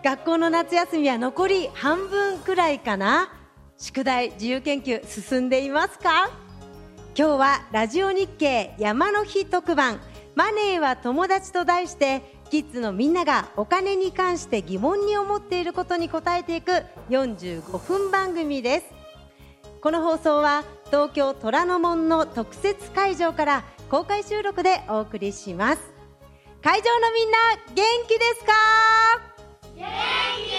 学校の夏休みは残り半分くらいかな。宿題自由研究進んでいますか？今日はラジオ日経山の日特番マネーは友達と題して、キッズのみんながお金に関して疑問に思っていることに答えていく45分番組です。この放送は東京虎ノ門の特設会場から公開収録でお送りします。会場のみんな元気ですか？元気です。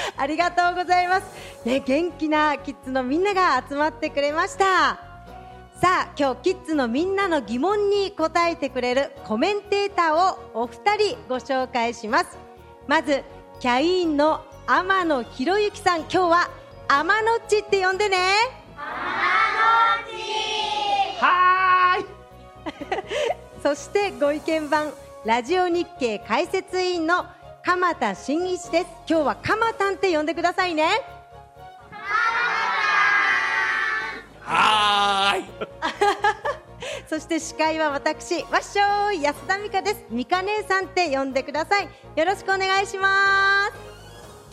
ありがとうございます、ね、元気なキッズのみんなが集まってくれました。さあ、今日キッズのみんなの疑問に答えてくれるコメンテーターをお二人ご紹介します。まずキャインの天野博之さん、今日は天野っちって呼んでね。天野っちはーいそしてご意見番ラジオ日経解説委員の鎌田真一です。今日は鎌田んって呼んでくださいね。 はーいそして司会は私わっしょい安田美香です。美香姉さんって呼んでください。よろしくお願いします。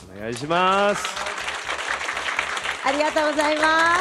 お願いします。 ありがとうございます。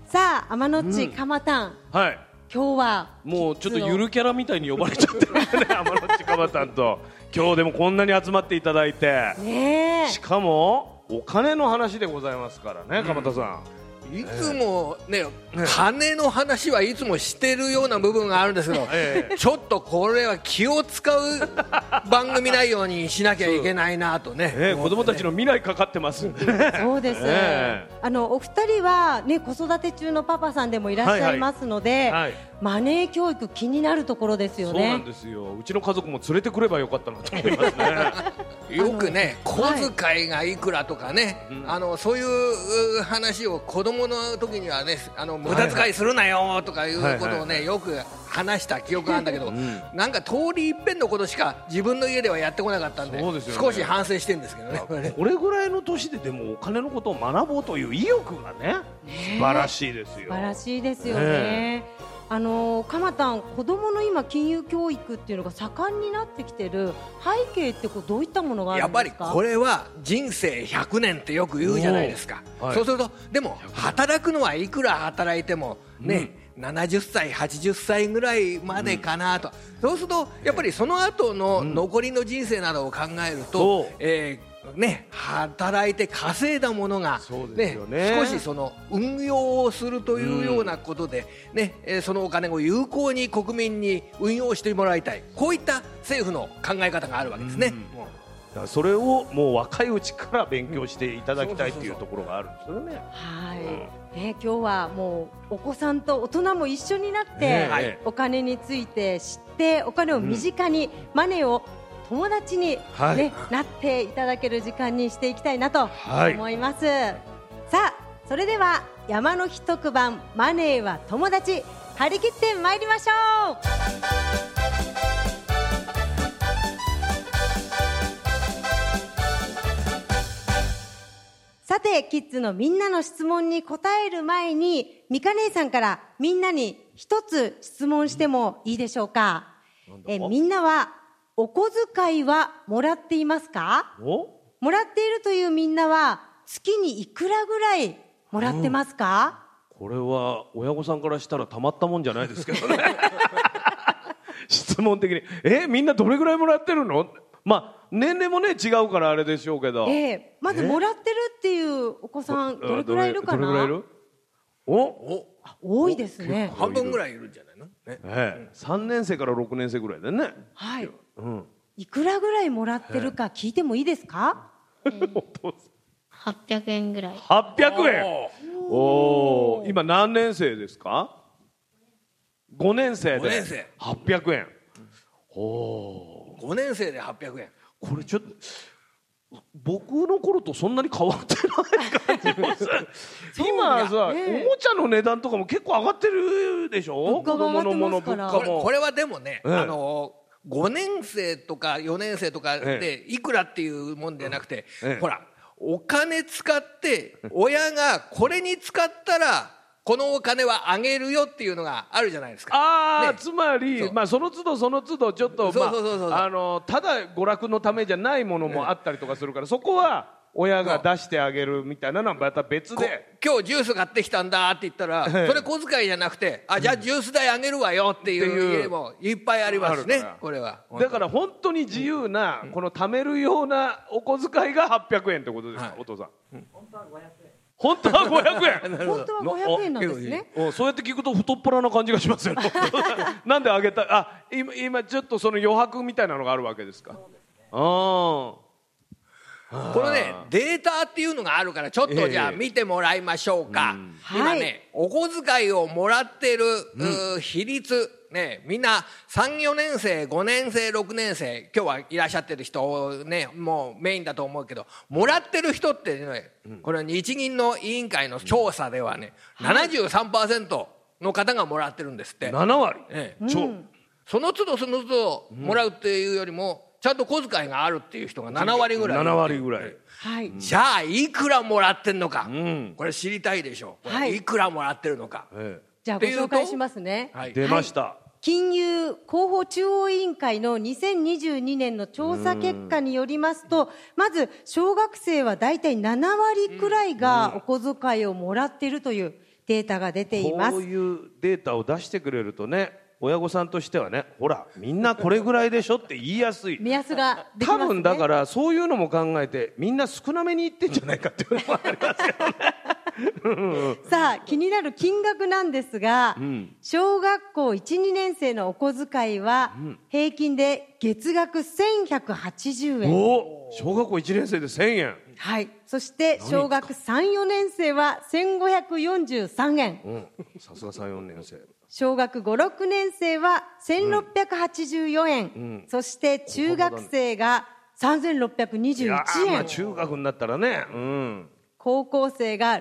さあ、天野っち、鎌田ん、 はい、 今日はもうちょっとゆるキャラみたいに呼ばれちゃってるね天野っち鎌田んと今日でもこんなに集まっていただいて、 ね、 しかもお金の話でございますからね、鎌田さん。 いつもね、金の話はいつもしてるような部分があるんですけど、ちょっとこれは気を使う番組内容にしなきゃいけないなとね、 子供たちの未来かかってますそうです、お二人は、ね、子育て中のパパさんでもいらっしゃいますので、マネー教育気になるところですよね。 そうなんですよ。うちの家族も連れてくればよかったなと思いますねよくね、小遣いがいくらとかね、そういう話を子供の時にはね、無駄遣いするなよとかいうことをね、よく話した記憶があるんだけど、なんか通り一遍のことしか自分の家ではやってこなかったんで、少し反省してるんですけどね。 これぐらいの年ででもお金のことを学ぼうという意欲がね、素晴らしいですよ。 素晴らしいですよね。鎌田ん、子供の今金融教育っていうのが盛んになってきてる背景ってどういったものがあるんですか？ やっぱりこれは人生100年ってよく言うじゃないですか、そうするとでも働くのはいくら働いてもね、70歳80歳ぐらいまでかなと、そうするとやっぱりその後の残りの人生などを考えると、働いて稼いだものが、少しその運用をするというようなことで、そのお金を有効に国民に運用してもらいたい、こういった政府の考え方があるわけですね。 それをもう若いうちから勉強していただきたいというところがあるんですよね。 今日はもうお子さんと大人も一緒になって、お金について知って、お金を身近に、マネーを友達に、なっていただける時間にしていきたいなと思います。さあ、それでは山の日特番マネーは友達、張り切ってまいりましょう。さて、キッズのみんなの質問に答える前に、美香姉さんからみんなに一つ質問してもいいでしょうか？みんなはお小遣いはもらっていますか？もらっているというみんなは月にいくらぐらいもらってますか？ これは親御さんからしたらたまったもんじゃないですけどね質問的にみんなどれぐらいもらってるの？年齢もね違うからあれでしょうけど、 まずもらってるっていうお子さんどれくらいいるかな？どれくらいいる？多いですね。 半分ぐらいいるんじゃないの？ 3年生から6年生ぐらいだね。 いくらぐらいもらってるか聞いてもいいですか ？800円ぐらい。 800円。今何年生ですか？5年生で800円。 5年生で800円。 これちょっと僕の頃とそんなに変わってない感じもする今さ、おもちゃの値段とかも結構上がってるでしょ？子供のもの物価も。 これはでもね、5年生とか4年生とかでいくらっていうもんじゃなくて、ほらお金使って親がこれに使ったらこのお金はあげるよっていうのがあるじゃないですか。 つまりその都度その都度ちょっとただ娯楽のためじゃないものもあったりとかするから、そこは親が出してあげるみたいなのはまた別で、 今日ジュース買ってきたんだって言ったら、それ小遣いじゃなくて、じゃあジュース代あげるわよっていう家もいっぱいありますね。これはだから本当に自由なこの貯めるようなお小遣いが800円ってことですか、お父さん。本当は500円。本当は500円。 本当は500円なんですね。 そうやって聞くと太っ腹な感じがしますよ。なんであげた今ちょっとその余白みたいなのがあるわけですか。 このねデータっていうのがあるから、ちょっとじゃあ見てもらいましょうか。今ねお小遣いをもらってる比率ね、みんな3、4年生、5年生、6年生、今日はいらっしゃってる人ね、もうメインだと思うけど、もらってる人ってね、これ日銀の委員会の調査ではね、73% の方がもらってるんですって。 7割。 その都度その都度もらうっていうよりも、ちゃんと小遣いがあるっていう人が7割ぐらい。 7割ぐらい。 じゃあいくらもらってんのか、これ知りたいでしょ。いくらもらってるのか。 じゃあご紹介しますね。 出ました。 金融広報中央委員会の2022年の調査結果によりますと、まず小学生はだいたい7割くらいがお小遣いをもらっているというデータが出ています。 こういうデータを出してくれるとね、親御さんとしてはね、ほらみんなこれぐらいでしょって言いやすい目安ができますね。 多分だからそういうのも考えてみんな少なめに言ってんじゃないかっていうのもありますよね。 さあ気になる金額なんですが、小学校 1,2 年生のお小遣いは平均で月額1180円。 小学校1年生で1000円。 はい。そして小学 3,4 年生は1543円。 さすが3、4年生。 小学5、6年生は1684円。そして中学生が3621円。 中学になったらね。 高校生が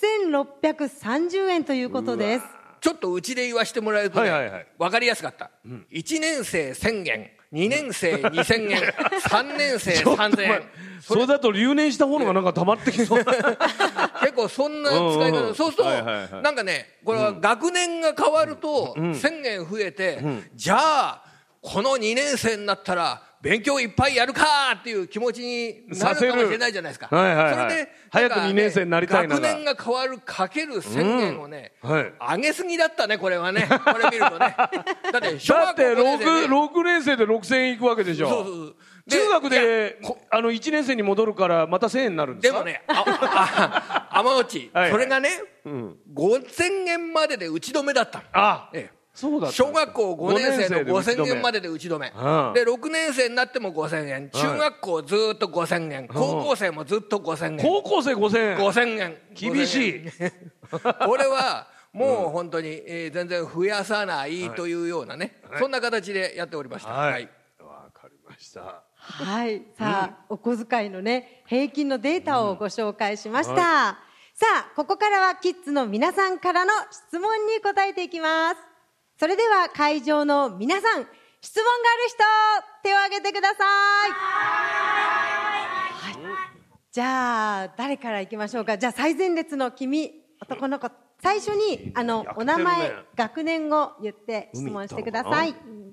6630円ということです。 ちょっとうちで言わせてもらえるとね、分かりやすかった。1年生1000円、2年生2000円、3年生3000円。 それだと留年した方のがなんか溜まってきそう。 結構そんな使い方。そうするとなんかね、これは学年が変わると1000円増えて、じゃあこの2年生になったら勉強いっぱいやるかっていう気持ちになるかもしれないじゃないですか。それで早く2年生になりたいなら学年が変わるかける1000円をね、上げすぎだったね、これはね。これ見るとね。だって小学校5年生で 6年生で6000円いくわけでしょ。そう中学で1年生に戻るからまた1000円になるんですか。 でもね、天のちそれがね5000円までで打ち止めだったの。 そうだった。 小学校5年生の5000円までで打ち止めで、6年生になっても5000円、中学校ずっと5000円、高校生もずっと5000円、 高校生5000円厳しい。 これはもう本当に全然増やさないというようなね、そんな形でやっておりました。 わかりました。 はい、さあお小遣いのね平均のデータをご紹介しました。さあここからはキッズの皆さんからの質問に答えていきます。それでは会場の皆さん、質問がある人手を挙げてください。はい、じゃあ誰からいきましょうか。じゃあ最前列の君、男の子、最初にお名前、学年を言って質問してください。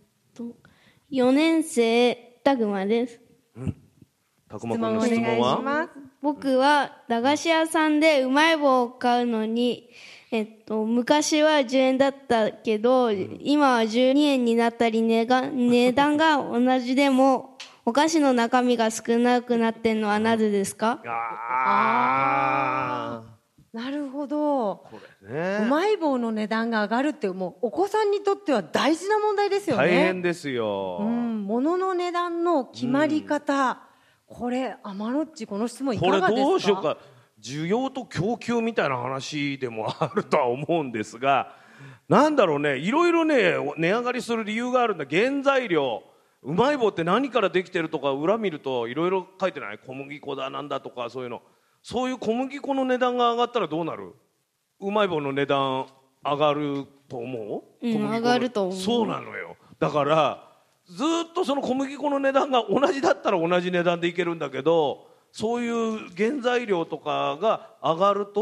4年生タグマです。 たくま君の質問は？ 僕は駄菓子屋さんでうまい棒を買うのに、昔は10円だったけど、今は12円になったり、値段が同じでもお菓子の中身が少なくなってんのはなぜですか？ なるほど。うまい棒の値段が上がるってもうお子さんにとっては大事な問題ですよね。 大変ですよ。 物の値段の決まり方、これ天のっちこの質問いかがですか？ これどうしようか。需要と供給みたいな話でもあるとは思うんですが、なんだろうね、いろいろね値上がりする理由があるんだ。原材料、うまい棒って何からできてるとか裏見るといろいろ書いてない？小麦粉だなんだとか、そういうの。そういう小麦粉の値段が上がったらどうなる？うまい棒の値段上がると思う？ 上がると思う。 そうなのよ。だからずっとその小麦粉の値段が同じだったら同じ値段でいけるんだけど、そういう原材料とかが上がると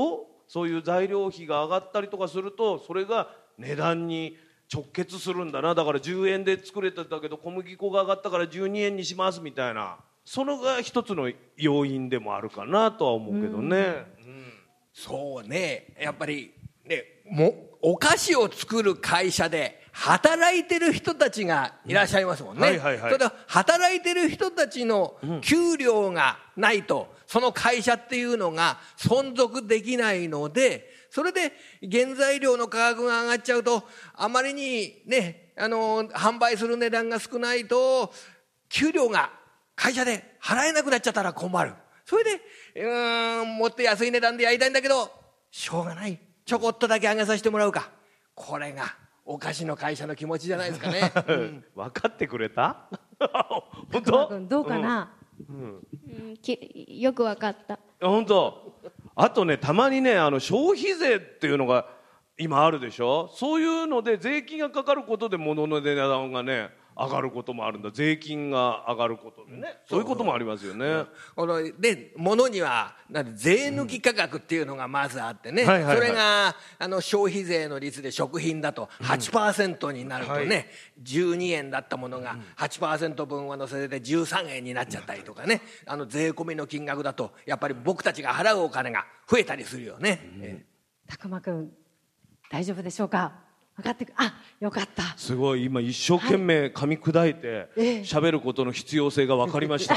そういう材料費が上がったりとかするとそれが値段に直結するんだな。だから10円で作れてたけど小麦粉が上がったから12円にしますみたいな、それが一つの要因でもあるかなとは思うけどね。 そうね、やっぱりね、お菓子を作る会社で働いてる人たちがいらっしゃいますもんね。それで働いてる人たちの給料がないと、その会社っていうのが存続できないので、それで原材料の価格が上がっちゃうと、あまりにね、販売する値段が少ないと給料が会社で払えなくなっちゃったら困る。それでもっと安い値段でやりたいんだけどしょうがない、ちょこっとだけ上げさせてもらうか。これがお菓子の会社の気持ちじゃないですかね。 分かってくれた？本当？ どうかな？ よく分かった。 本当。あとね、たまにね、消費税っていうのが今あるでしょ。そういうので税金がかかることで物の値段がね上がることもあるんだ。税金が上がることでね、そういうこともありますよね。 で物には税抜き価格っていうのがまずあってね、それが消費税の率で食品だと 8% になるとね、12円だったものが 8% 分は乗せて13円になっちゃったりとかね、税込みの金額だとやっぱり僕たちが払うお金が増えたりするよね。 たくまくん大丈夫でしょうか？分かってよかった。 すごい今一生懸命噛み砕いて喋ることの必要性が分かりました。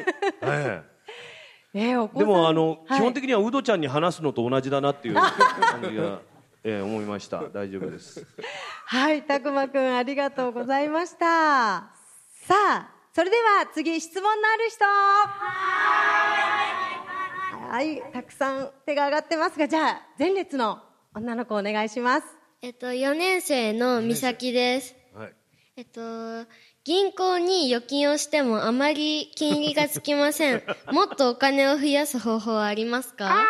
でも基本的にはウドちゃんに話すのと同じだなっていう感じが、思いました。大丈夫です。 はい、たくまくんありがとうございました。さあ、それでは次質問のある人。はい、たくさん手が挙がってますが、じゃあ前列の女の子お願いします。 4年生の美咲です。銀行に預金をしてもあまり金利がつきません。もっとお金を増やす方法はありますか？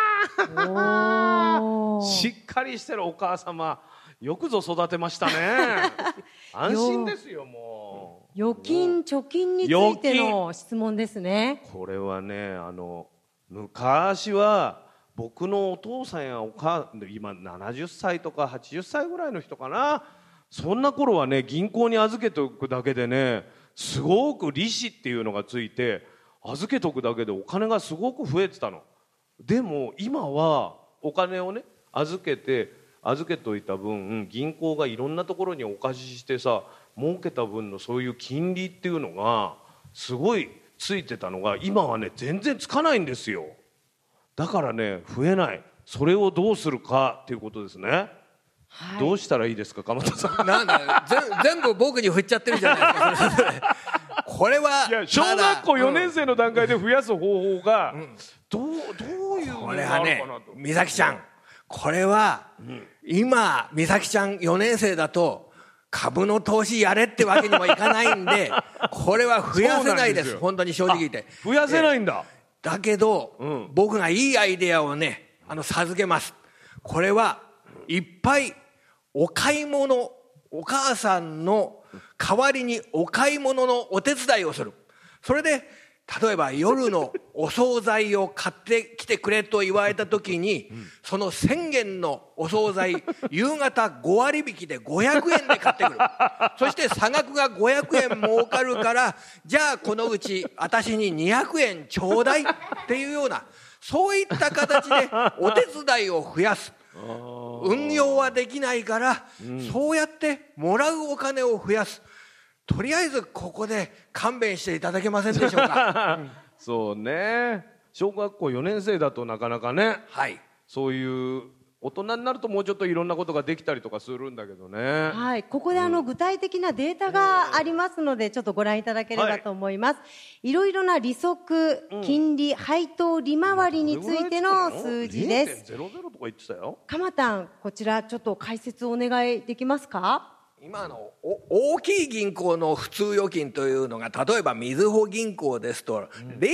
しっかりしてるお母様、よくぞ育てましたね。安心ですよ。もう預金貯金についての質問ですね。 これはね、昔は僕のお父さんや今70歳とか80歳ぐらいの人かな、そんな頃はね、銀行に預けておくだけでね、すごく利子っていうのがついて、預けておくだけでお金がすごく増えてたの。でも今はお金をね預けといた分、銀行がいろんなところにお貸ししてさ、儲けた分のそういう金利っていうのがすごいついてたのが、今はね全然つかないんですよ。だからね、増えない。それをどうするかっていうことですね。どうしたらいいですか、鎌田さん。 なんだ全部僕に振っちゃってるじゃないですか。これは小学校4年生の段階で増やす方法がどういうのがあるかなと。 美咲ちゃん、これは今美咲ちゃん4年生だと株の投資やれってわけにもいかないんで、これは増やせないです。本当に正直言って。 増やせないんだ。 だけど、僕がいいアイデアをね、授けます。これはいっぱいお買い物、お母さんの代わりにお買い物のお手伝いをする。それで例えば夜のお惣菜を買ってきてくれと言われた時に、その1000円のお惣菜夕方5割引きで500円で買ってくる。そして差額が500円儲かるから、じゃあこのうち私に200円ちょうだいっていうような、そういった形でお手伝いを増やす。運用はできないから、そうやってもらうお金を増やす。とりあえずここで勘弁していただけませんでしょうか。 そうね、小学校4年生だとなかなかね、そういう大人になるともうちょっといろんなことができたりとかするんだけどね。 はい、ここで具体的なデータがありますので、ちょっとご覧いただければと思います。いろいろな利息、金利、配当、利回りについての数字です。 0.00とか言ってたよ。 鎌田、こちらちょっと解説をお願いできますか？ 今大きい銀行の普通預金というのが、例えばみずほ銀行ですと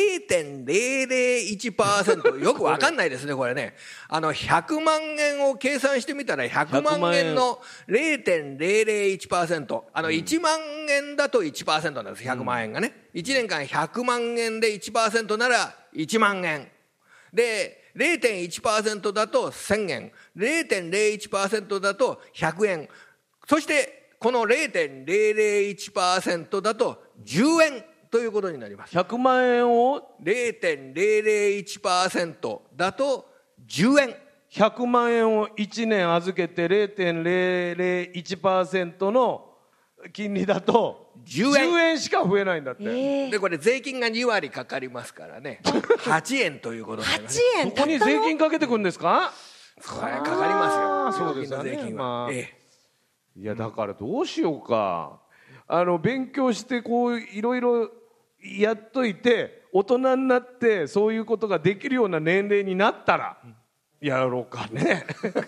0.001%、よくわかんないですねこれね。100万円を計算してみたら100万円の 0.001%、1万円だと 1% なんです。100万円がね、1年間100万円で 1% なら1万円で 0.1% だと1000円、0.01% だと100円、そしてこの 0.001% だと10円ということになります。 100万円を 0.001% だと10円。 100万円を1年預けて 0.001% の金利だと10円しか増えないんだって、 でこれ税金が2割かかりますからね8円ということになります。 8円ここに税金かけてくんですか？ これかかりますよ。 そうですよね。 税金は、 いやだからどうしようか、勉強してこういろいろやっといて、大人になってそういうことができるような年齢になったらやろうかね。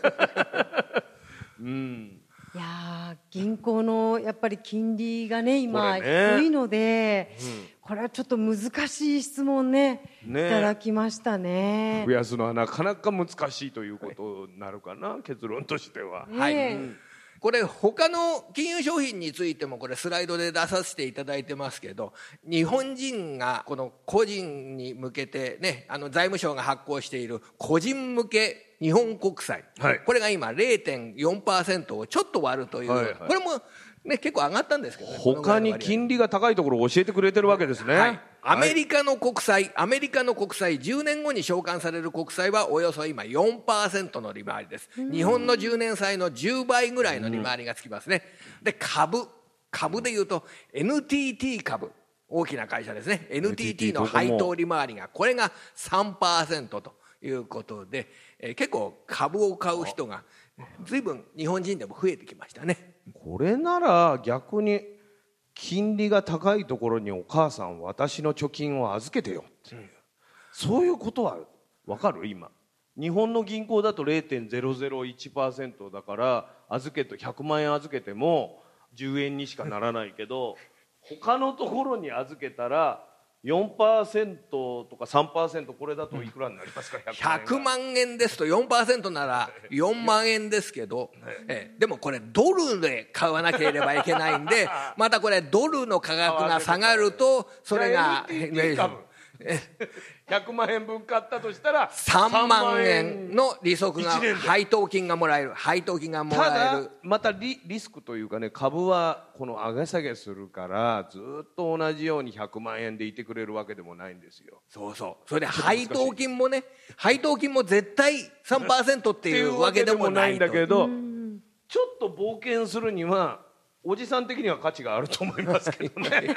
いや銀行のやっぱり金利がね今低いので、これはちょっと難しい質問ねいただきましたね。 増やすのはなかなか難しいということになるかな、結論としては。 はい、これ他の金融商品についてもこれスライドで出させていただいてますけど、日本人がこの個人に向けてね、財務省が発行している個人向け日本国債、これが今 0.4% をちょっと割るという、これもね結構上がったんですけどね。 他に金利が高いところを教えてくれてるわけですね。 アメリカの国債10年後に償還される国債はおよそ今 4% の利回りです。日本の10年債の10倍ぐらいの利回りがつきますね。で株でいうと NTT 株、大きな会社ですね。 NTT の配当利回りがこれが 3% ということで、結構株を買う人が随分日本人でも増えてきましたね。 これなら逆に金利が高いところにお母さん私の貯金を預けてよっていう、そういうことは分かる？今日本の銀行だと 0.001% だから100万円預けても10円にしかならないけど他のところに預けたら 4% とか 3%、 これだといくらになりますか？100 万円ですと 4% なら4万円ですけど、でもこれドルで買わなければいけないんでまたこれドルの価格が下がるとそれが 100万円分買ったとしたら 3万円の利息が配当金がもらえる。ただまた リスクというかね、株はこの上げ下げするからずっと同じように100万円でいてくれるわけでもないんですよ。 そうそれで配当金も絶対 3% っていうわけでもないんだけど、ちょっと冒険するにはおじさん的には価値があると思いますけどね。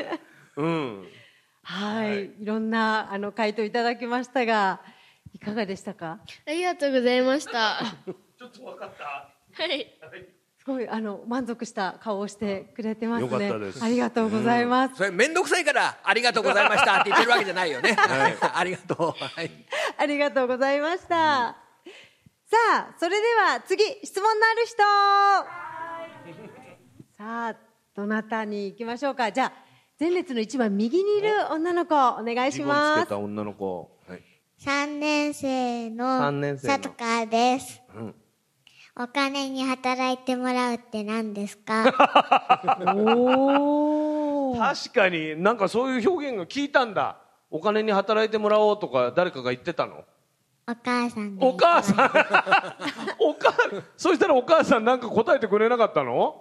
いろんな回答いただきましたがいかがでしたか？ ありがとうございました。 ちょっと分かった。 はい。 すごい満足した顔をしてくれてますね。 よかったです。 ありがとうございます。 それ面倒くさいからありがとうございましたって言ってるわけじゃないよね。ありがとう。 ありがとうございました。さあそれでは次質問のある人。さあどなたに行きましょうか。じゃあ前列の一番右にいる女の子お願いします。 リボンつけた女の子、 3年生のさとかです、お金に働いてもらうって何ですか？ 確かになんかそういう表現が聞いたんだ。お金に働いてもらおうとか誰かが言ってたの？ お母さん。 そしたらお母さんなんか答えてくれなかったの？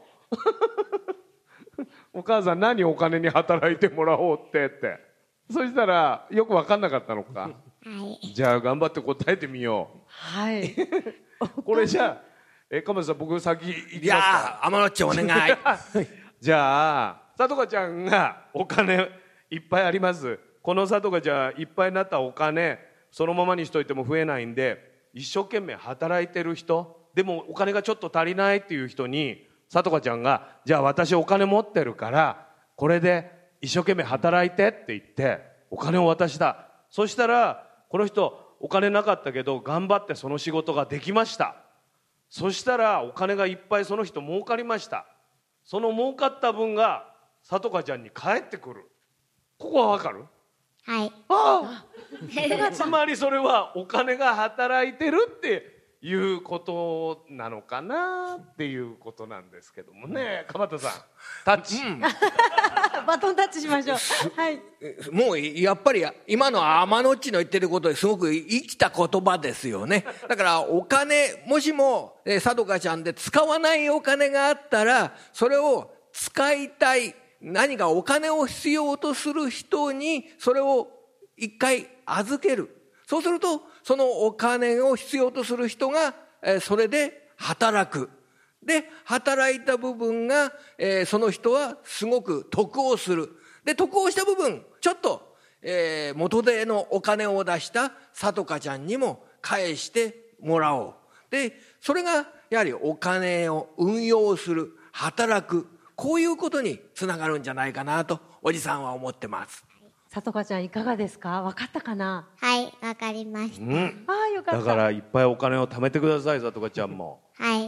お母さん何お金に働いてもらおうってそしたらよく分かんなかったのか。じゃあ頑張って答えてみよう。これじゃあ鎌田さん僕先行きますか。 いや天野っちお願い。 じゃあさとかちゃんがお金いっぱいあります。このさとかちゃんいっぱいになったお金そのままにしといても増えないんで、一生懸命働いてる人でもお金がちょっと足りないっていう人にさとかちゃんがじゃあ私お金持ってるからこれで一生懸命働いてって言ってお金を渡した。そしたらこの人お金なかったけど頑張ってその仕事ができました。そしたらお金がいっぱいその人儲かりました。その儲かった分がさとかちゃんに返ってくる。ここはわかる？ はい。 つまりそれはお金が働いてるっていうことなのかなっていうことなんですけどもね。鎌田さんタッチ、 ババトンタッチしましょう。はい。 もうやっぱり今の天野っちの言ってることですごく生きた言葉ですよね。だからお金、もしもさどかちゃんで使わないお金があったら、それを使いたい、何かお金を必要とする人にそれを一回預ける。そうするとそのお金を必要とする人がそれで働く。で、働いた部分がその人はすごく得をする。で、得をした部分、ちょっと元手のお金を出したさとかちゃんにも返してもらおう。で、それがやはりお金を運用する、働く、こういうことにつながるんじゃないかなとおじさんは思ってます。 さとかちゃんいかがですか？分かったかな？ はい、わかりました。 ああ、よかった。 だからいっぱいお金を貯めてください、さとかちゃんも。 はい。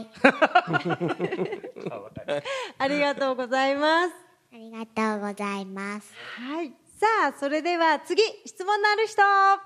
ありがとうございます。 ありがとうございます。 はい。さあ、それでは次、質問のある人。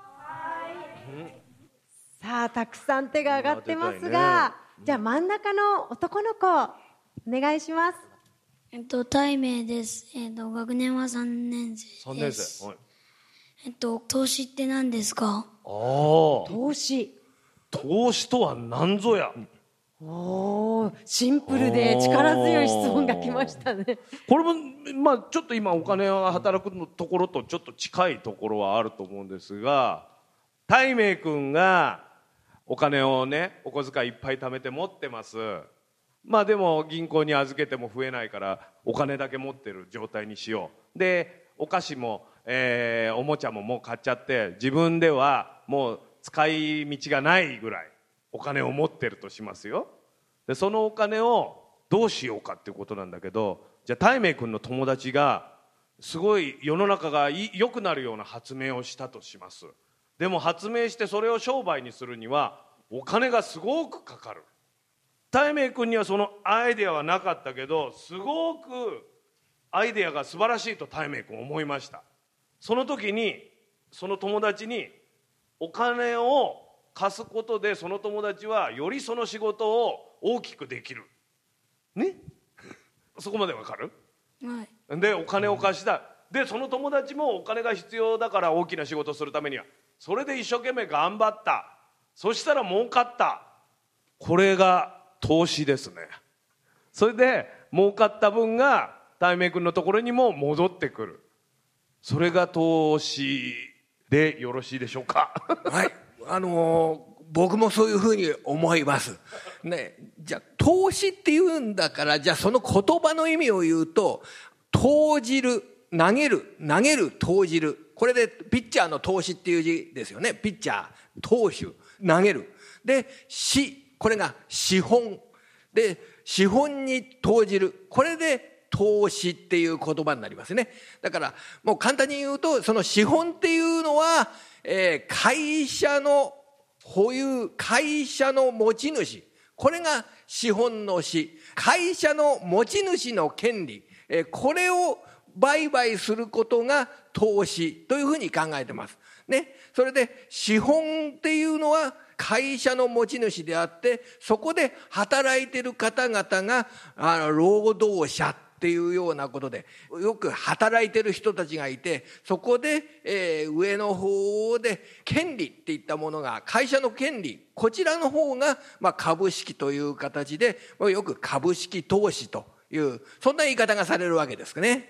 さあ、たくさん手が挙がってますが、じゃあ真ん中の男の子、お願いします。 大明です。学年は3年生です。 3年生。はい。 投資って何ですか？ 投資。 投資とは何ぞや。 おー、シンプルで力強い質問が来ましたね。 これも、まあちょっと今お金が働くところとちょっと近いところはあると思うんですが、大明君がお金をね、お小遣いいっぱい貯めて持ってます。まあでも銀行に預けても増えないからお金だけ持ってる状態にしよう。で、お菓子も、おもちゃももう買っちゃって、自分ではもう使い道がないぐらいお金を持ってるとしますよ。で、そのお金をどうしようかっていうことなんだけど、じゃあ大明君の友達がすごい世の中が良くなるような発明をしたとします。でも発明してそれを商売にするにはお金がすごくかかる。大明君にはそのアイデアはなかったけど、すごくアイデアが素晴らしいと大明君思いました。その時にその友達にお金を貸すことで、その友達はよりその仕事を大きくできるね。そこまでわかる？ はい。 で、お金を貸した。で、その友達もお金が必要だから大きな仕事をするためにはそれで一生懸命頑張った。そしたら儲かった。これが投資ですね。それで儲かった分が大明君のところにも戻ってくる。それが投資でよろしいでしょうか？ はい、僕もそういうふうに思いますね。じゃあ投資っていうんだから、じゃあその言葉の意味を言うと、投じる、投げる、投じる。これでピッチャーの投資っていう字ですよね。ピッチャー、投手、投げる。で、これが資本で、資本に投じる。これで投資っていう言葉になりますね。だからもう簡単に言うと、その資本っていうのは、会社の保有、会社の持ち主、これが資本の資。会社の持ち主の権利、これを売買することが投資というふうに考えてますね。それで資本っていうのは会社の持ち主であって、そこで働いている方々が労働者っていうようなことで、よく働いてる人たちがいて、そこで、上の方で権利っていったものが、会社の権利、こちらの方が、株式という形で、よく株式投資という、そんな言い方がされるわけですね。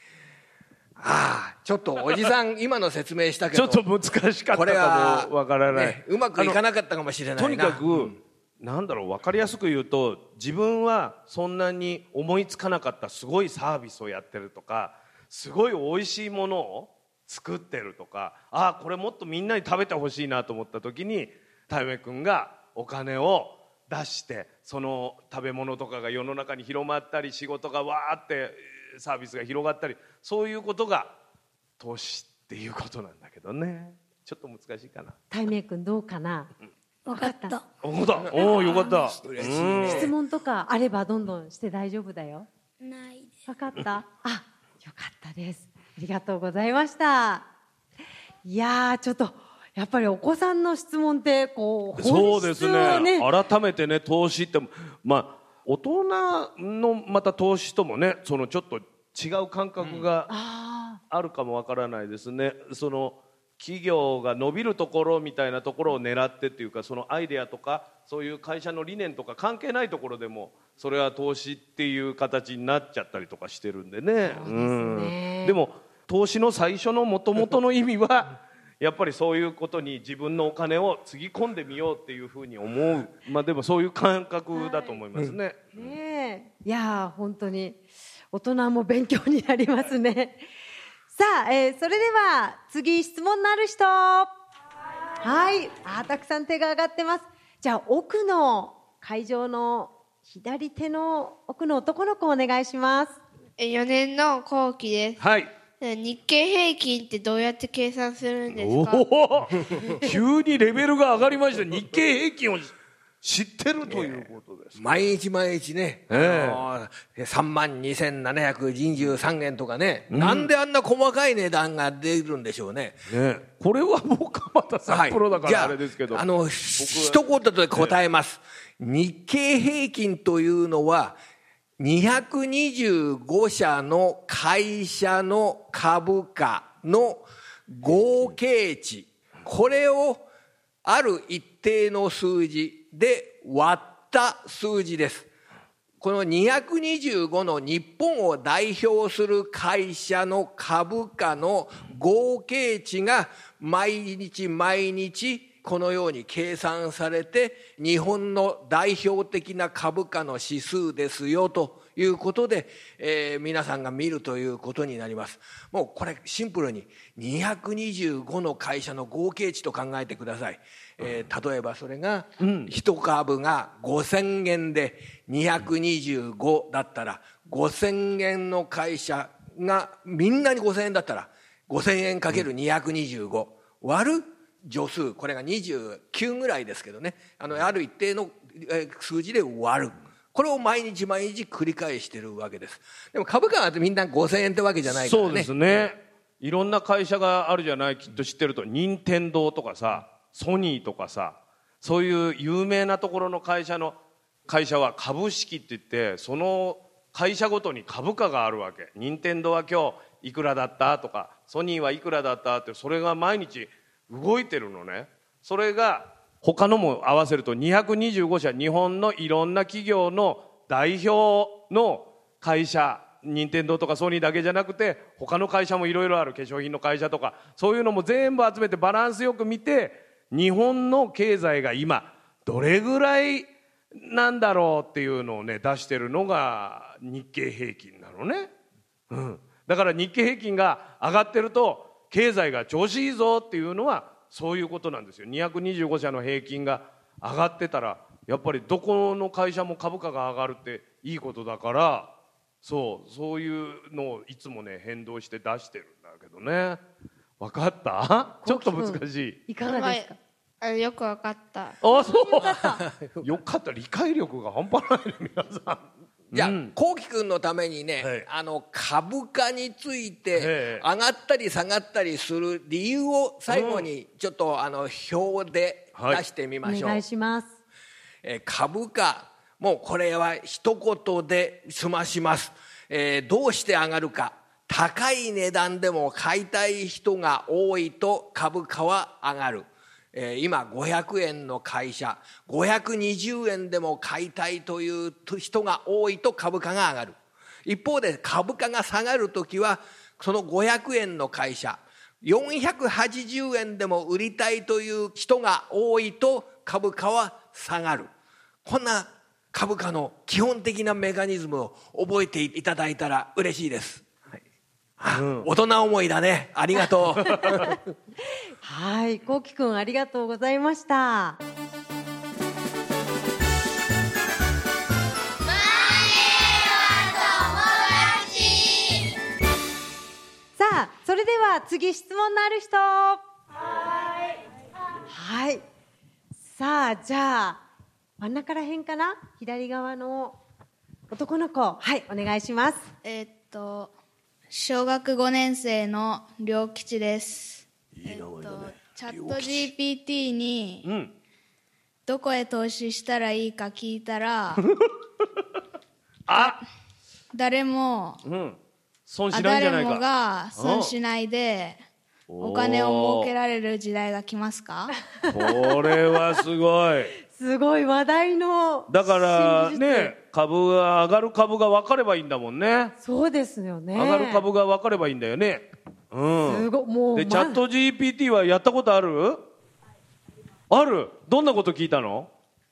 ちょっとおじさん今の説明したけどちょっと難しかったかもわからない、 うまくいかなかったかもしれないな。 とにかく、なんだろう、分かりやすく言うと、自分はそんなに思いつかなかったすごいサービスをやってるとか、すごい美味しいものを作ってるとか、これもっとみんなに食べてほしいなと思った時に、大明君がお金を出して、その食べ物とかが世の中に広まったり、仕事がわーってサービスが広がったり、そういうことが投資っていうことなんだけどね。ちょっと難しいかな。 大明君どうかな？ 分かった。 よかった。 質問とかあればどんどんして大丈夫だよ。 ないです。 分かった？よかったです。ありがとうございました。いやちょっとやっぱりお子さんの質問ってこうそうですね。改めてね、投資って大人のまた投資ともね、そのちょっと違う感覚があるかもわからないですね。その企業が伸びるところみたいなところを狙ってっていうか、そのアイデアとかそういう会社の理念とか関係ないところでもそれは投資っていう形になっちゃったりとかしてるんでね。でも投資の最初の元々の意味はやっぱりそういうことに自分のお金をつぎ込んでみようっていうふうに思う、でもそういう感覚だと思いますね。 いや本当に大人も勉強になりますね。さあ、それでは次質問のある人。はい、たくさん手が挙がってます。じゃあ奥の会場の左手の奥の男の子お願いします。 4年の後期です。 はい。 日経平均ってどうやって計算するんですか？ 急にレベルが上がりました。日経平均を知ってるということです。 毎日毎日ね、32,723円とかね、なんであんな細かい値段が出るんでしょうね。 これは僕はまた札幌だからあれですけど、 一言で答えます。日経平均というのは225社の会社の株価の合計値、これをある一定の数字で割った数字です。この225の日本を代表する会社の株価の合計値が毎日毎日このように計算されて、日本の代表的な株価の指数ですよということで、皆さんが見るということになります。もうこれシンプルに225の会社の合計値と考えてください。例えばそれが1株が5000円で225だったら、5000円の会社がみんなに5000円だったら5000円かける225割る助数、これが29ぐらいですけどね、ある一定の数字で割る、これを毎日毎日繰り返してるわけです。でも株価はみんな5000円ってわけじゃないからね。 そうですね。いろんな会社があるじゃない、きっと知ってると。任天堂とかさ、ソニーとかさ、そういう有名なところの会社は株式って言って、その会社ごとに株価があるわけ。任天堂は今日いくらだったとか、ソニーはいくらだったって、それが毎日動いてるのね。それが他のも合わせると225社、日本のいろんな企業の代表の会社、任天堂とかソニーだけじゃなくて他の会社もいろいろある、化粧品の会社とか、そういうのも全部集めてバランスよく見て、日本の経済が今どれぐらいなんだろうっていうのをね、出してるのが日経平均なのね。だから日経平均が上がってると経済が調子いいぞっていうのはそういうことなんですよ。225社の平均が上がってたら、やっぱりどこの会社も株価が上がるっていいことだから、そういうのをいつもね変動して出してるんだけどね。分かった？ちょっと難しい。 いかがですか？ よく分かった。 よかった。理解力が半端ないね、皆さん。 じゃあ、こうきくんのためにね、株価について上がったり下がったりする理由を最後にちょっと表で出してみましょう。 お願いします。 株価、もうこれは一言で済まします。どうして上がるか。高い値段でも買いたい人が多いと株価は上がる。今500円の会社、520円でも買いたいという人が多いと株価が上がる。一方で株価が下がるときは、その500円の会社、480円でも売りたいという人が多いと株価は下がる。こんな株価の基本的なメカニズムを覚えていただいたら嬉しいです。大人思いだね。ありがとう。 はい、こうきくんありがとうございました。さあ、それでは次質問のある人。はい。さあ、じゃあ真ん中ら辺かな、左側の男の子、はい、お願いします。 小学5年生の良吉です。 いい名前だね。 チャット GPT に、どこへ投資したらいいか聞いたら誰も損しないんじゃないか。 誰もが損しないでお金を儲けられる時代が来ますか？ これはすごい。 すごい話題のだからね、株が上がる株が分かればいいんだもんね。 そうですよね。 上がる株が分かればいいんだよね。 すごい。もうでチャット GPT はやったことある？ある。どんなこと聞いたの？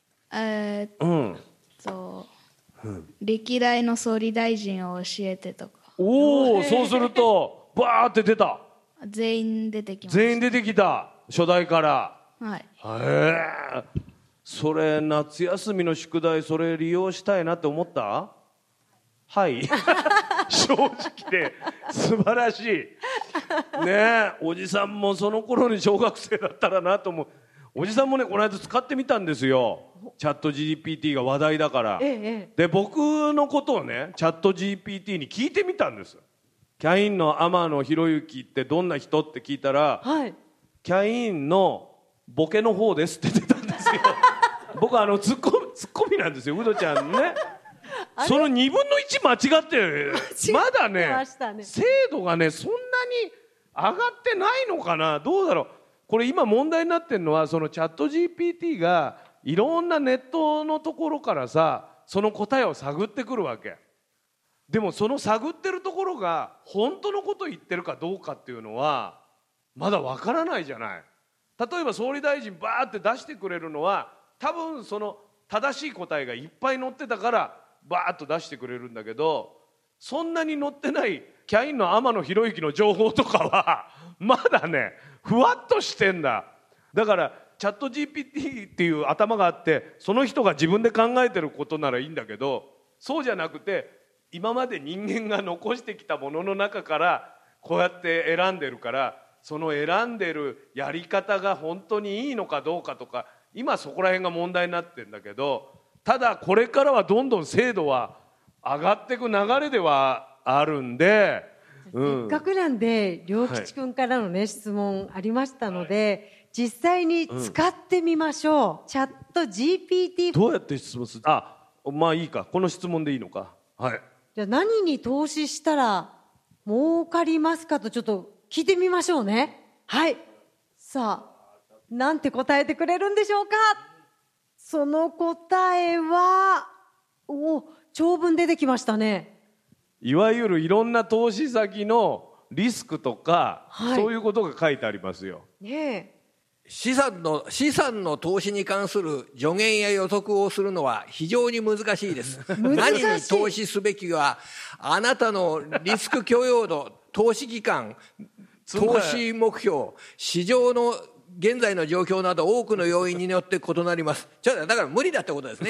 歴代の総理大臣を教えてとか。 おお、そうするとバーって出た。 全員出てきました。 全員出てきた。初代から。 はい。 それ夏休みの宿題それ利用したいなって思った？はい。正直で素晴らしい。ねえ、おじさんもその頃に小学生だったらなと思う。おじさんもね、この間使ってみたんですよ。チャット GPT が話題だから。で、僕のことをね、チャット GPT に聞いてみたんです。キャインの天野博之ってどんな人って聞いたら、キャインのボケの方ですって出たんですよ。僕ツッコミなんですよ、ウドちゃんね。その2分の1間違ってまだね、精度がねそんなに上がってないのかな。どうだろう。これ今問題になってるのは、そのチャット GPT がいろんなネットのところからさ、その答えを探ってくるわけ。でもその探ってるところが本当のことを言ってるかどうかっていうのはまだわからないじゃない。例えば総理大臣バーって出してくれるのは、多分その正しい答えがいっぱい載ってたからバーッと出してくれるんだけど、そんなに載ってないキャインの天野博之の情報とかはまだねふわっとしてんだ。だからチャット GPT っていう頭があって、その人が自分で考えてることならいいんだけど、そうじゃなくて今まで人間が残してきたものの中からこうやって選んでるから、その選んでるやり方が本当にいいのかどうかとか、今そこら辺が問題になってるんだけど、ただこれからはどんどん精度は上がっていく流れではあるんで、 せっかくなんで良吉君からのね、質問ありましたので、実際に使ってみましょう。チャット GPT。 どうやって質問する？まあいいか、この質問でいいのか。はい。 じゃあ何に投資したら儲かりますかとちょっと聞いてみましょうね。はい。さあ、なんて答えてくれるんでしょうか。その答えは、長文出てきましたね。 いわゆるいろんな投資先のリスクとか、そういうことが書いてありますよ。 資産の投資に関する助言や予測をするのは非常に難しいです。何に投資すべきは、あなたのリスク許容度、投資期間、投資目標、市場の現在の状況など多くの要因によって異なります。だから無理だってことですね。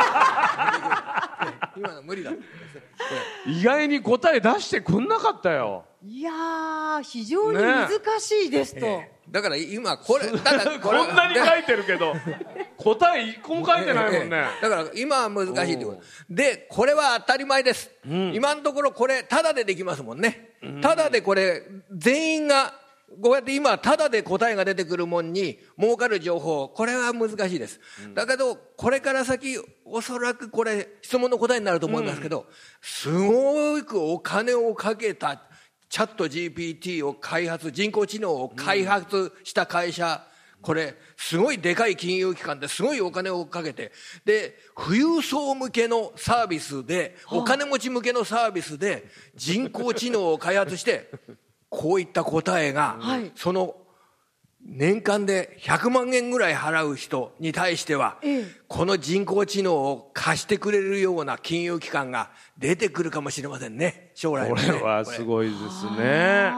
今の無理だってことですね。 意外に答え出してくんなかったよ。 いやー、非常に難しいですと。 だから今これ、 こんなに書いてるけど答え一個も書いてないもんね。 だから今は難しいってことで、これは当たり前です。今のところこれタダでできますもんね。タダでこれ全員がこうやって今タダで答えが出てくるもんに儲かる情報、これは難しいです。だけどこれから先おそらくこれ質問の答えになると思いますけど、すごくお金をかけたチャット GPT を開発、人工知能を開発した会社、これすごいでかい金融機関ですごいお金をかけて、で富裕層向けのサービスで、お金持ち向けのサービスで人工知能を開発してこういった答えが、その年間で100万円ぐらい払う人に対しては、この人工知能を貸してくれるような金融機関が出てくるかもしれませんね、将来はね。 これはすごいですね。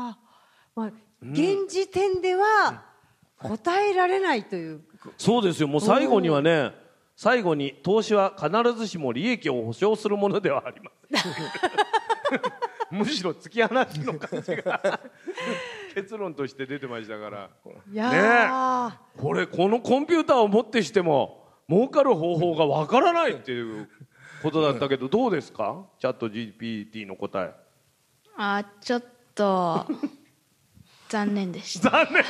現時点では答えられないという、 そうですよ。もう最後にはね、最後に投資は必ずしも利益を保証するものではありません。むしろ突き放しの感じが結論として出てましたから。このコンピューターをもってしても儲かる方法がわからないっていうことだったけど、どうですか、チャット GPT の答え。 ちょっと残念でした。 残念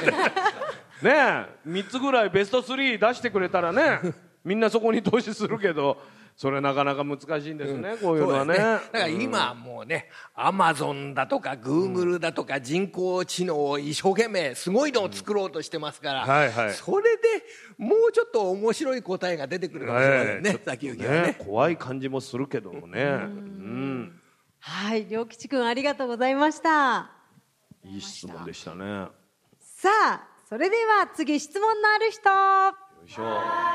ねえ、3つぐらいベスト3出してくれたらね、みんなそこに投資するけど、 それなかなか難しいんですね、こういうのはね。 だから今もうね、アマゾンだとかグーグルだとか人工知能を一生懸命すごいのを作ろうとしてますから、それでもうちょっと面白い答えが出てくるかもしれませんね、先行きはね。 怖い感じもするけどもね。 はい、良吉くんありがとうございました。 いい質問でしたね。 さあ、それでは次質問のある人。 よいしょ。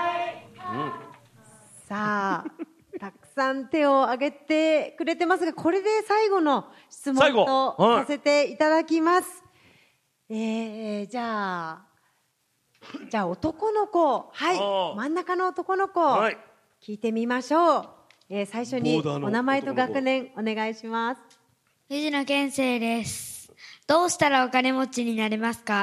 さあ、たくさん手を挙げてくれてますが、これで最後の質問とさせていただきます。じゃあ男の子、はい、真ん中の男の子、聞いてみましょう。最初にお名前と学年お願いします。 藤野健生です。どうしたらお金持ちになれますか？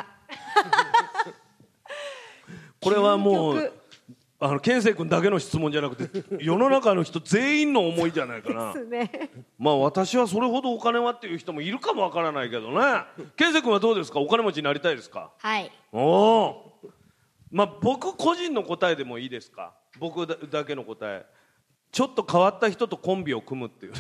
これはもう健生君だけの質問じゃなくて世の中の人全員の思いじゃないかな。ですね。まあ私はそれほどお金はっていう人もいるかもわからないけどね。健生君はどうですか？お金持ちになりたいですか？ はい。 まあ僕個人の答えでもいいですか？僕だけの答え。ちょっと変わった人とコンビを組むっていう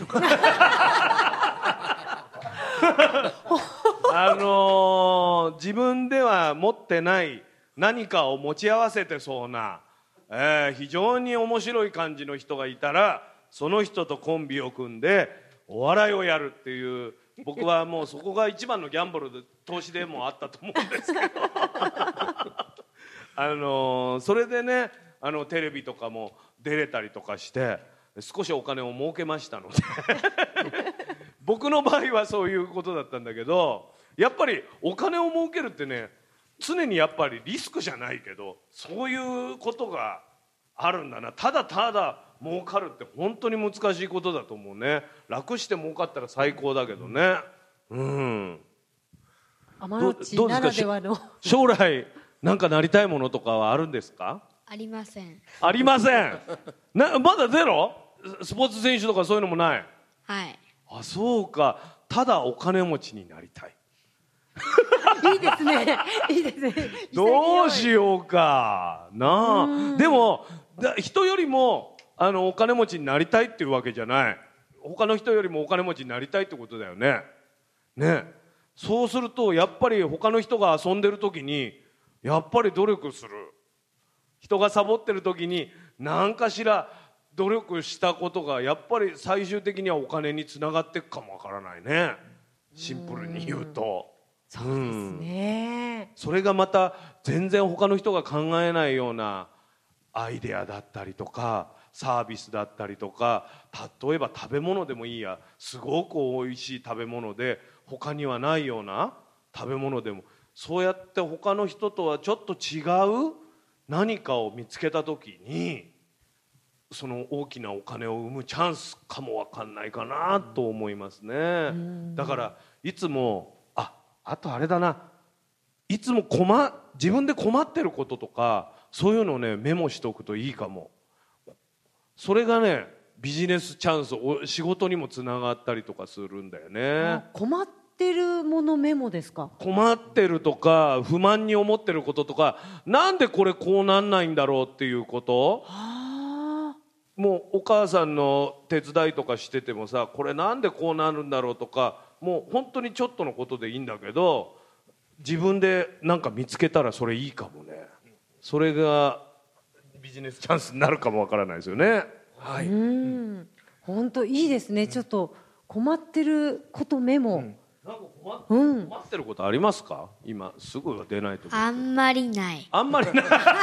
自分では持ってない何かを持ち合わせてそうな、非常に面白い感じの人がいたらその人とコンビを組んでお笑いをやるっていう、僕はもうそこが一番のギャンブルで投資でもあったと思うんですけどそれでね、テレビとかも出れたりとかして少しお金を儲けましたので僕の場合はそういうことだったんだけど、やっぱりお金を儲けるってね、常にやっぱりリスクじゃないけどそういうことがあるんだな。ただただ儲かるって本当に難しいことだと思うね。楽して儲かったら最高だけどね。 天野地ならではの将来なんかなりたいものとかはあるんですか？ ありません。 ありません。まだゼロ？スポーツ選手とかそういうのもない？ はい。 あ、そうか。ただお金持ちになりたい。 いいですね。いいですね。 どうしようかなあ。でも人よりもお金持ちになりたいっていうわけじゃない。他の人よりもお金持ちになりたいってことだよね。ね。そうするとやっぱり他の人が遊んでる時にやっぱり努力する。人がサボってる時に何かしら努力したことがやっぱり最終的にはお金につながっていくかもわからないね。シンプルに言うと。 そうですね。 それがまた全然他の人が考えないようなアイデアだったりとかサービスだったりとか、例えば食べ物でもいいや、すごく美味しい食べ物で他にはないような食べ物でも、そうやって他の人とはちょっと違う何かを見つけた時にその大きなお金を生むチャンスかもわかんないかなと思いますね。だからいつもあとあれだな、いつも自分で困ってることとかそういうのをねメモしておくといいかも。それがねビジネスチャンス、仕事にもつながったりとかするんだよね。 困ってるものメモですか？ 困ってるとか不満に思ってることとか、なんでこれこうなんないんだろうっていうこと、もうお母さんの手伝いとかしててもさ、これなんでこうなるんだろうとか、もう本当にちょっとのことでいいんだけど自分でなんか見つけたらそれいいかもね。それがビジネスチャンスになるかもわからないですよね。はい。 本当いいですね。ちょっと困ってることメモ。 なんか困ってることありますか？今すぐは出ないと思う。 あんまりない。 あんまりない。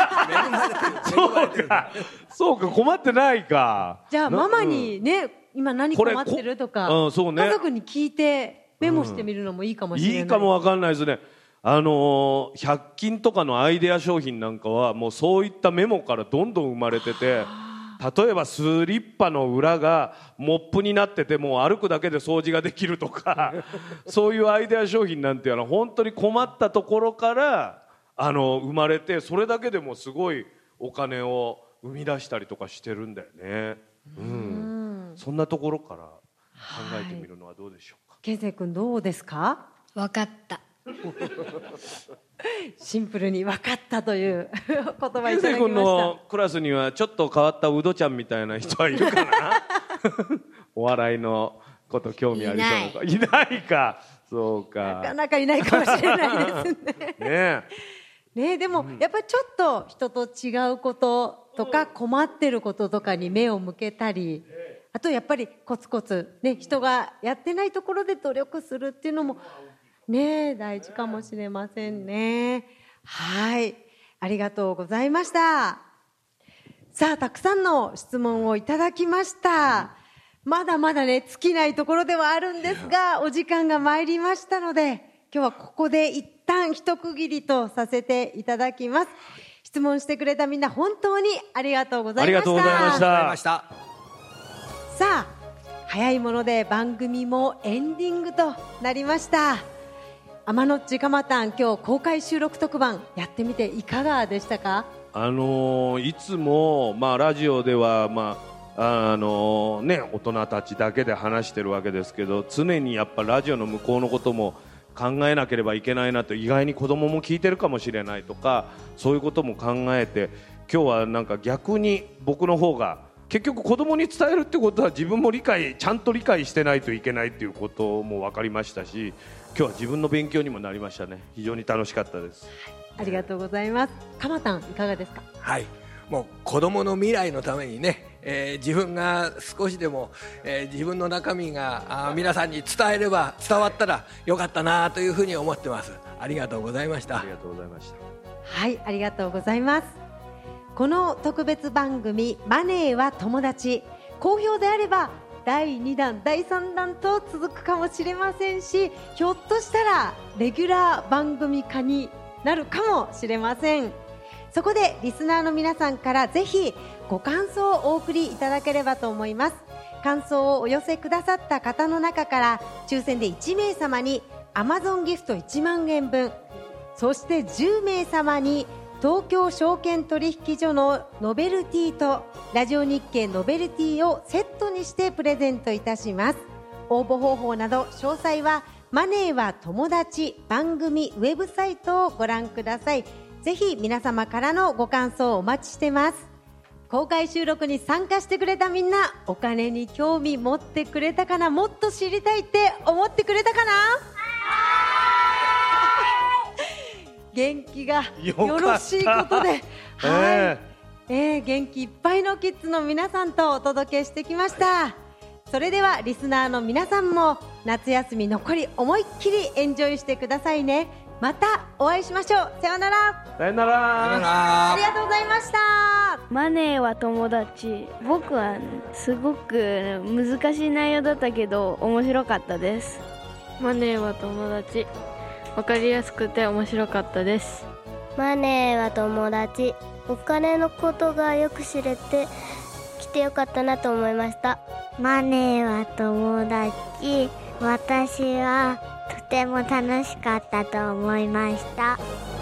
そうか、困ってないか。 じゃあママにね、今何困ってるとか、 そうね、 家族に聞いてメモしてみるのもいいかもしれない。 いいかもわかんないですね。100均とかのアイデア商品なんかはもうそういったメモからどんどん生まれてて、例えばスリッパの裏がモップになっててもう歩くだけで掃除ができるとかそういうアイデア商品なんていうのは本当に困ったところから生まれて、それだけでもすごいお金を生み出したりとかしてるんだよね。そんなところから考えてみるのはどうでしょうか。 健生君どうですか？ わかった。 シンプルに分かったという言葉いただきました。 流星君のクラスにはちょっと変わったウドちゃんみたいな人はいるかなお笑いのこと興味ありそうな子いないか。そうか、 なかなかいないかもしれないですね。ね、でもやっぱりちょっと人と違うこととか困ってることとかに目を向けたり、あとやっぱりコツコツ、ね、人がやってないところで努力するっていうのも、ね、大事かもしれませんね。はい、ありがとうございました。さあ、たくさんの質問をいただきました。まだまだね、尽きないところではあるんですが、お時間が参りましたので、今日はここで一旦一区切りとさせていただきます。質問してくれたみんな本当にありがとうございました。 ありがとうございました。 さあ、早いもので番組もエンディングとなりました。天のっちかまたん、今日公開収録特番やってみていかがでしたか？ いつも、ラジオでは、大人たちだけで話してるわけですけど、常にやっぱラジオの向こうのことも考えなければいけないなと、意外に子供も聞いてるかもしれないとか、そういうことも考えて、今日はなんか逆に僕の方が結局子供に伝えるってことは自分もちゃんと理解してないといけないっていうことも分かりましたし、今日は自分の勉強にもなりましたね。非常に楽しかったです。 ありがとうございます。かまたん、いかがですか？ はい、もう子供の未来のためにね、自分が少しでも、自分の中身が皆さんに伝わったらよかったなというふうに思ってます。ありがとうございました。 ありがとうございました。 はい、ありがとうございます。この特別番組マネーは友達、好評であれば第2弾第3弾と続くかもしれませんし、ひょっとしたらレギュラー番組化になるかもしれません。そこでリスナーの皆さんからぜひご感想をお送りいただければと思います。感想をお寄せくださった方の中から抽選で1名様に Amazon ギフト1万円分、そして10名様に東京証券取引所のノベルティとラジオ日経ノベルティをセットにしてプレゼントいたします。応募方法など詳細はマネーは友達番組ウェブサイトをご覧ください。ぜひ皆様からのご感想をお待ちしてます。公開収録に参加してくれたみんな、お金に興味持ってくれたかな、もっと知りたいって思ってくれたかな？元気がよろしいことで、はい、元気いっぱいのキッズの皆さんとお届けしてきました。それではリスナーの皆さんも夏休み残り思いっきりエンジョイしてくださいね。またお会いしましょう。さようなら。 さようなら。 ありがとうございました。 マネーは友達、僕はすごく難しい内容だったけど面白かったです。 マネーは友達、わかりやすくて面白かったです。 マネーは友達、お金のことがよく知れてきてよかったなと思いました。マネーは友達、私はとても楽しかったと思いました。